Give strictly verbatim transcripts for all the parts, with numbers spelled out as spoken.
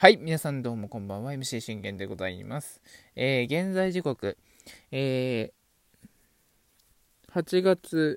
はい、皆さんどうもこんばんは。エムシー 信玄でございます。えー、現在時刻、えー、はちがつ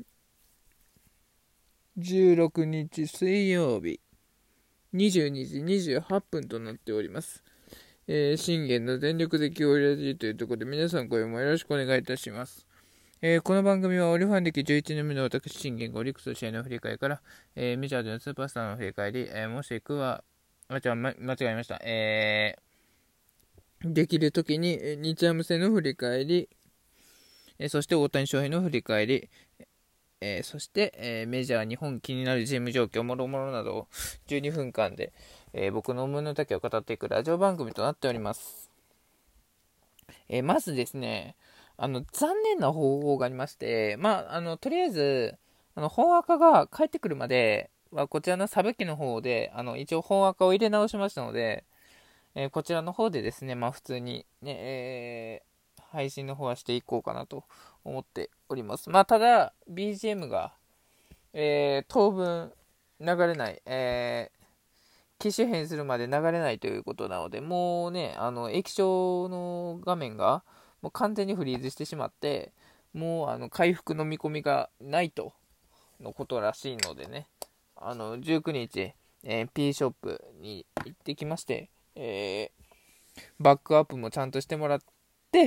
じゅうろくにち水曜日、にじゅうにじにじゅうはっぷんとなっております。えー、信玄の全力で協力ラジというところで皆さん今夜もよろしくお願いいたします。えー、この番組はオリファン歴じゅういちねんめの私、信玄がオリックス試合の振り返りから、えー、メジャーでのスーパースターの振り返り、えー、もしくは、あ、違う、ま、間違えました。えー、できるときに日ハム戦の振り返り、えー、そして大谷翔平の振り返り、えー、そして、えー、メジャー日本気になるチーム状況もろもろなどをじゅうにふんかんで、えー、僕の思いの丈を語っていくラジオ番組となっております。えー、まずですね、あの残念な方法がありまして、まあ、あのとりあえずあの本赤が帰ってくるまではこちらのサブ機の方であの一応本赤を入れ直しましたので、えー、こちらの方でですね、まあ普通にね、えー、配信の方はしていこうかなと思っております。まあただ、ビージーエム が、えー、当分流れない、えー、機種変するまで流れないということなので、もうね、あの、液晶の画面がもう完全にフリーズしてしまって、もうあの回復の見込みがないとのことらしいのでね、あの、じゅうくにち、えー、P ショップに行ってきまして、えー、バックアップもちゃんとしてもらって、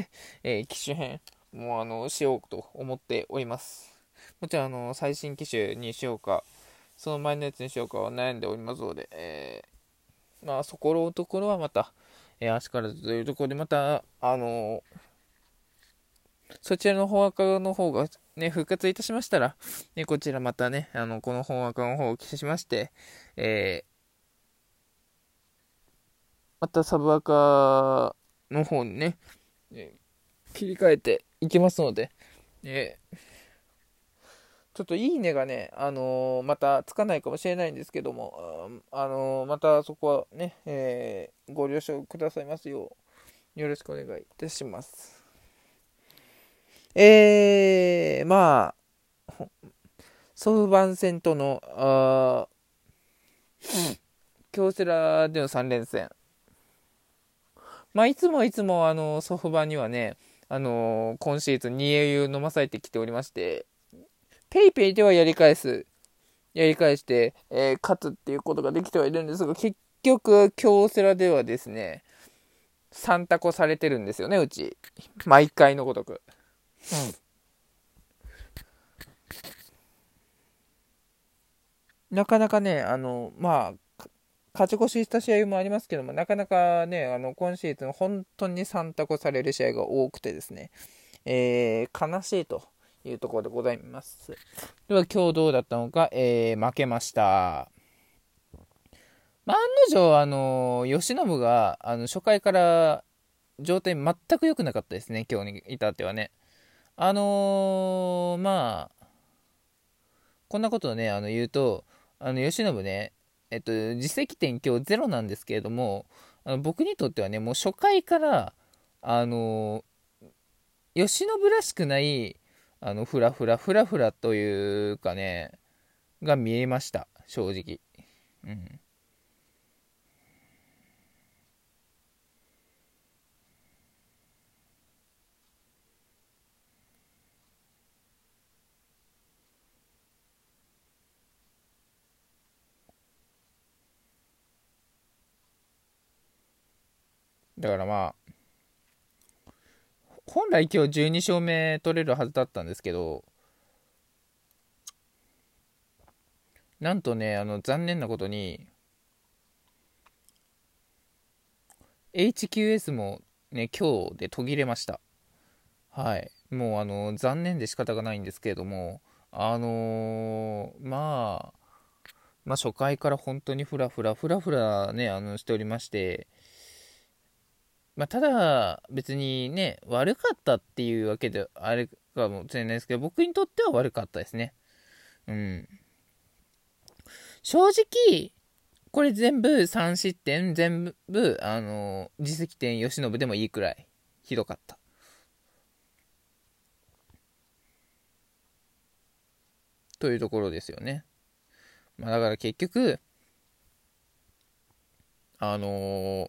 えー機種変もうあのしようと思っております。もちろんあの最新機種にしようかその前のやつにしようかは悩んでおりますので、えー、まあそこのところはまた、えー、足からずというところでまたあのーそちらの本赤の方がね復活いたしましたら、ね、こちらまたねあのこの本赤の方を消しまして、えーまたサブアカの方にね、えー切り替えていきますので、えーちょっといいねがね、あのーまたつかないかもしれないんですけども、あのーまたそこはね、えーご了承くださいますよう、よろしくお願いいたします。えー、まあ、ソフバン戦との、あ京セラでのさん連戦。まあ、いつもいつも、あの、ソフバンにはね、あのー今シーズンに英雄飲まされてきておりまして、ペイペイではやり返すやり返して、えー勝つっていうことができてはいるんですが、結局、京セラではですね、さんタコされてるんですよね、うち。毎回のごとく。なかなかね、あの、まあ、勝ち越しした試合もありますけども、なかなかね、あの、今シーズン本当にさんタコされる試合が多くてですね、えー、悲しいというところでございます。では、今日どうだったのか、えー、負けました。まあ、案の定、あの、吉信が、あの、初回から状態全く良くなかったですね、今日に至ってはね。あのーまあ、こんなことをね、あの言うと、あの、吉信ね、えっと、実績点今日ゼロなんですけれども、あの僕にとってはね、もう初回から、あのー、吉信らしくない、あの、フラフラ、フラフラというかね、が見えました、正直。うん。だからまあ、本来今日じゅうに勝目取れるはずだったんですけど、なんとね、あの、残念なことに、エイチキューエス もね、今日で途切れました。はい。もう、あの、残念で仕方がないんですけれども、あのーまあ、まあ、初回から本当にフラフラ、フラフラね、あの、しておりまして、まあ、ただ、別にね、悪かったっていうわけで、あれかもしれないですけど、僕にとっては悪かったですね。うん。正直、これ全部さん失点、全部、あの、実績点、吉信でもいいくらい、ひどかった。というところですよね。まあだから結局、 あのー、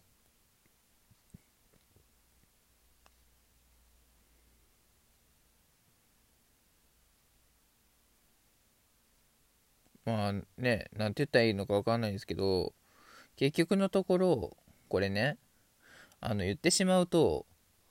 まあね、なんて言ったらいいのかわかんないんですけど、結局のところ、これね、あの言ってしまうと、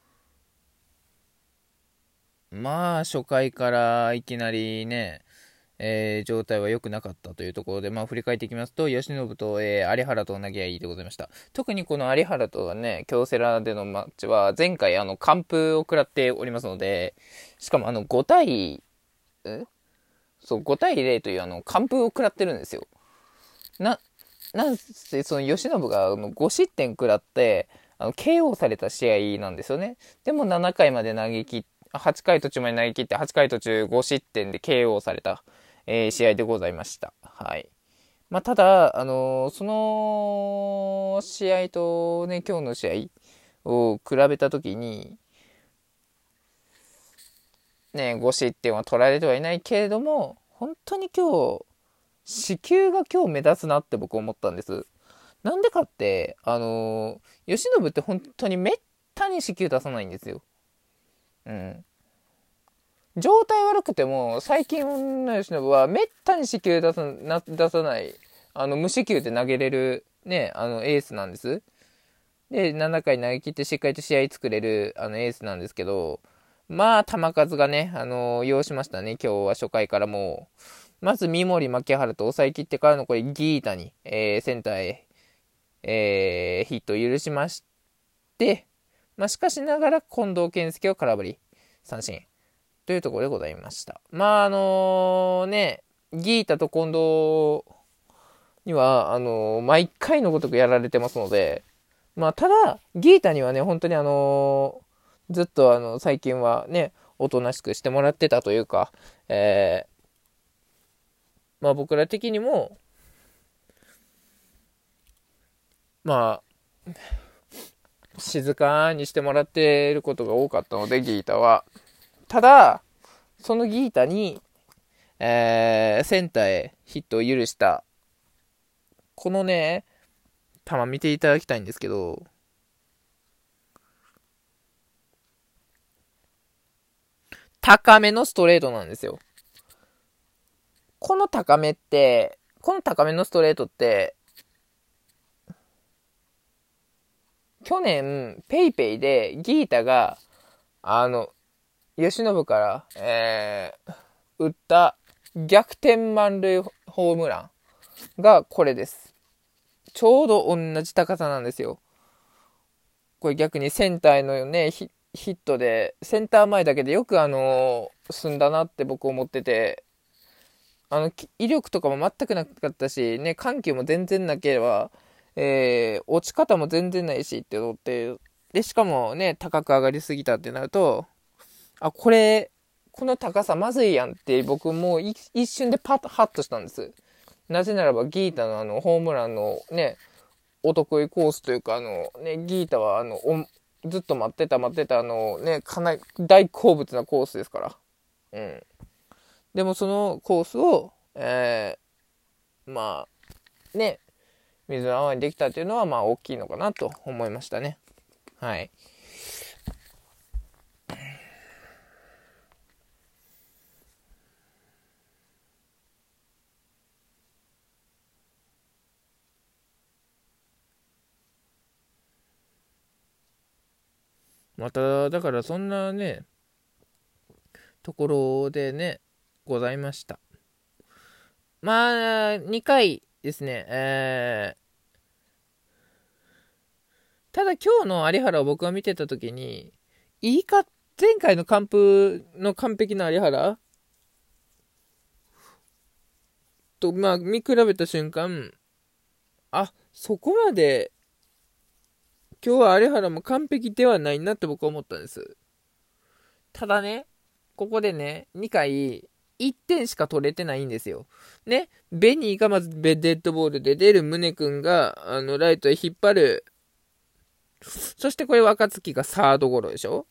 まあ初回からいきなりね、えー状態は良くなかったというところで、まあ振り返っていきますと、慶喜と、えー有原と投げ合いでございました。特にこの有原とはね、京セラでのマッチは、前回あの完封を食らっておりますので、しかもあのご対、えそう、ご対ゼロというあの完封を食らってるんですよ。な、なんせその慶喜があのご失点食らって、あの ケーオー された試合なんですよね。でもななかいまで投げ切っはちかい途中まで投げ切ってはちかい途中ご失点で ケーオー された、えー試合でございました。はい。まあ、ただ、あのーその試合とね、今日の試合を比べたときに、ね、ご失点は取られてはいないけれども、本当に今日、四球が今日目立つなって僕思ったんです。なんでかって、あのー、慶喜って本当にめったに四球出さないんですよ。うん。状態悪くても、最近の慶喜はめったに四球出さな出さない、あの、無四球で投げれる、ね、あの、エースなんです。で、ななかい投げ切ってしっかりと試合作れる、あの、エースなんですけど、まあ、球数がね、あのー要しましたね、今日は初回からもう。まず、三森、牧原と抑え切ってからのこれ、ギータに、えーセンターへ、えーヒットを許しまして、まあ、しかしながら近藤健介を空振り三振というところでございました。まああのね、ギータと近藤にはあのー毎回のごとくやられてますので、まあただギータにはね本当にあのーずっとあの最近はねおとなしくしてもらってたというか、えー、まあ僕ら的にもまあ静かにしてもらっていることが多かったのでギータは。ただそのギータに、えーセンターへヒットを許したこのね球見ていただきたいんですけど、高めのストレートなんですよ。この高めって、この高めのストレートって、去年、ペイペイでギータが、あの、吉信から、えー、打った逆転満塁ホームランがこれです。ちょうど同じ高さなんですよ。これ逆にセンターへのね、ヒヒットで、センター前だけでよくあのー、済んだなって僕思ってて、あの、威力とかも全くなかったし、ね、緩急も全然なければ、えー、落ち方も全然ないしって思って、で、しかもね、高く上がりすぎたってなると、あ、これ、この高さまずいやんって僕もう一瞬でパッとハッとしたんです。なぜならばギータのあの、ホームランのね、お得意コースというか、あの、ね、ギータはあの、ずっと待ってた待ってたあの、ね、かなり大好物なコースですから。うん。でもそのコースを、えー、まあ、ね、水の泡にできたっていうのは、まあ、大きいのかなと思いましたね。はい。また、だからそんなね、ところでね、ございました。まあ、にかいですね、えー、ただ今日の有原を僕が見てたときに、いいか、前回の完封の完璧な有原と、まあ、見比べた瞬間、あ、そこまで、今日は有原も完璧ではないなって僕は思ったんです。ただね、ここでね、にかい、いってんしか取れてないんですよ。ね、ベニーがまずデッドボールで出る宗君が、あの、ライトへ引っ張る。そしてこれ若月がサードゴロでしょ。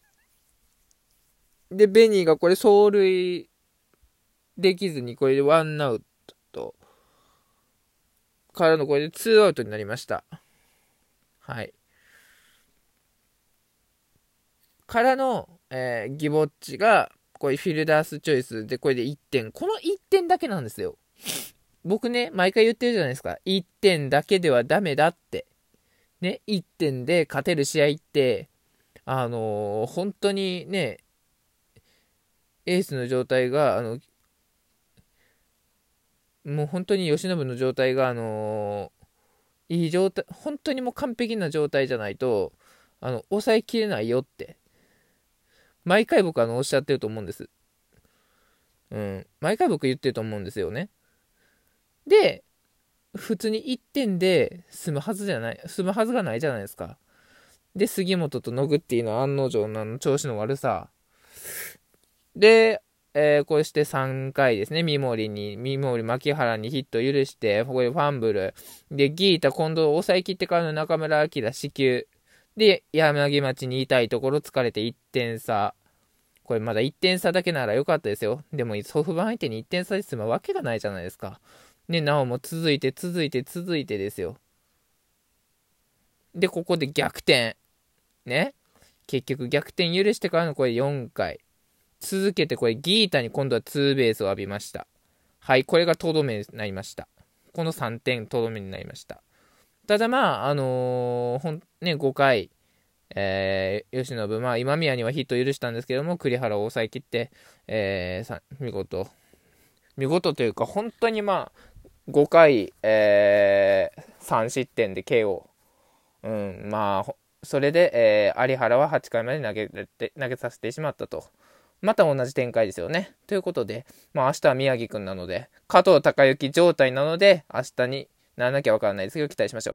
で、ベニーがこれ走塁できずに、これでワンアウトからのこれでツーアウトになりました。 はい。からの、えー、ギボッチが、これフィルダースチョイスで、これでいってん。このいってんだけなんですよ。僕ね、毎回言ってるじゃないですか。いってんだけではダメだって。ね、いってんで勝てる試合って、あのー本当にね、エースの状態が、あの、もう本当に吉信の状態が、あのーいい状態、本当にもう完璧な状態じゃないと、あの、抑えきれないよって、毎回僕あの、おっしゃってると思うんです。うん。毎回僕言ってると思うんですよね。で、普通にいってんで済むはずじゃない、済むはずがないじゃないですか。で、杉本と野口っていうのは案の定の調子の悪さ。で、えーこうしてさんかいですね、三森に、三森、牧原にヒットを許して、ここでファンブル。で、ギータ、今度抑え切ってからの中村晃、死球。で、柳町に痛いところ疲れていってん差。これまだいってん差だけなら良かったですよ。でも、ソフトバン相手にいってん差で済むわけがないじゃないですか。で、なおも続いて、続いて、続いてですよ。で、ここで逆転。ね。結局逆転許してからのこれよんかい。続けてこれギータに今度はツーベースを浴びました。はい、これがとどめになりました。このさんてんとどめになりました。ただまあ、あのー、ほんね、ごかい、えー、吉信、まあ、今宮にはヒットを許したんですけども、栗原を抑えきって、えー、さ見事、見事というか、本当にまあ、ごかい、えー、さん失点で ケーオー。うん、まあ、それで、えー、有原ははちかいまで投げて投げさせてしまったと。また同じ展開ですよね。ということで、まあ明日は宮城くんなので、加藤隆之状態なので、明日にならなきゃわからないですけど、期待しましょう。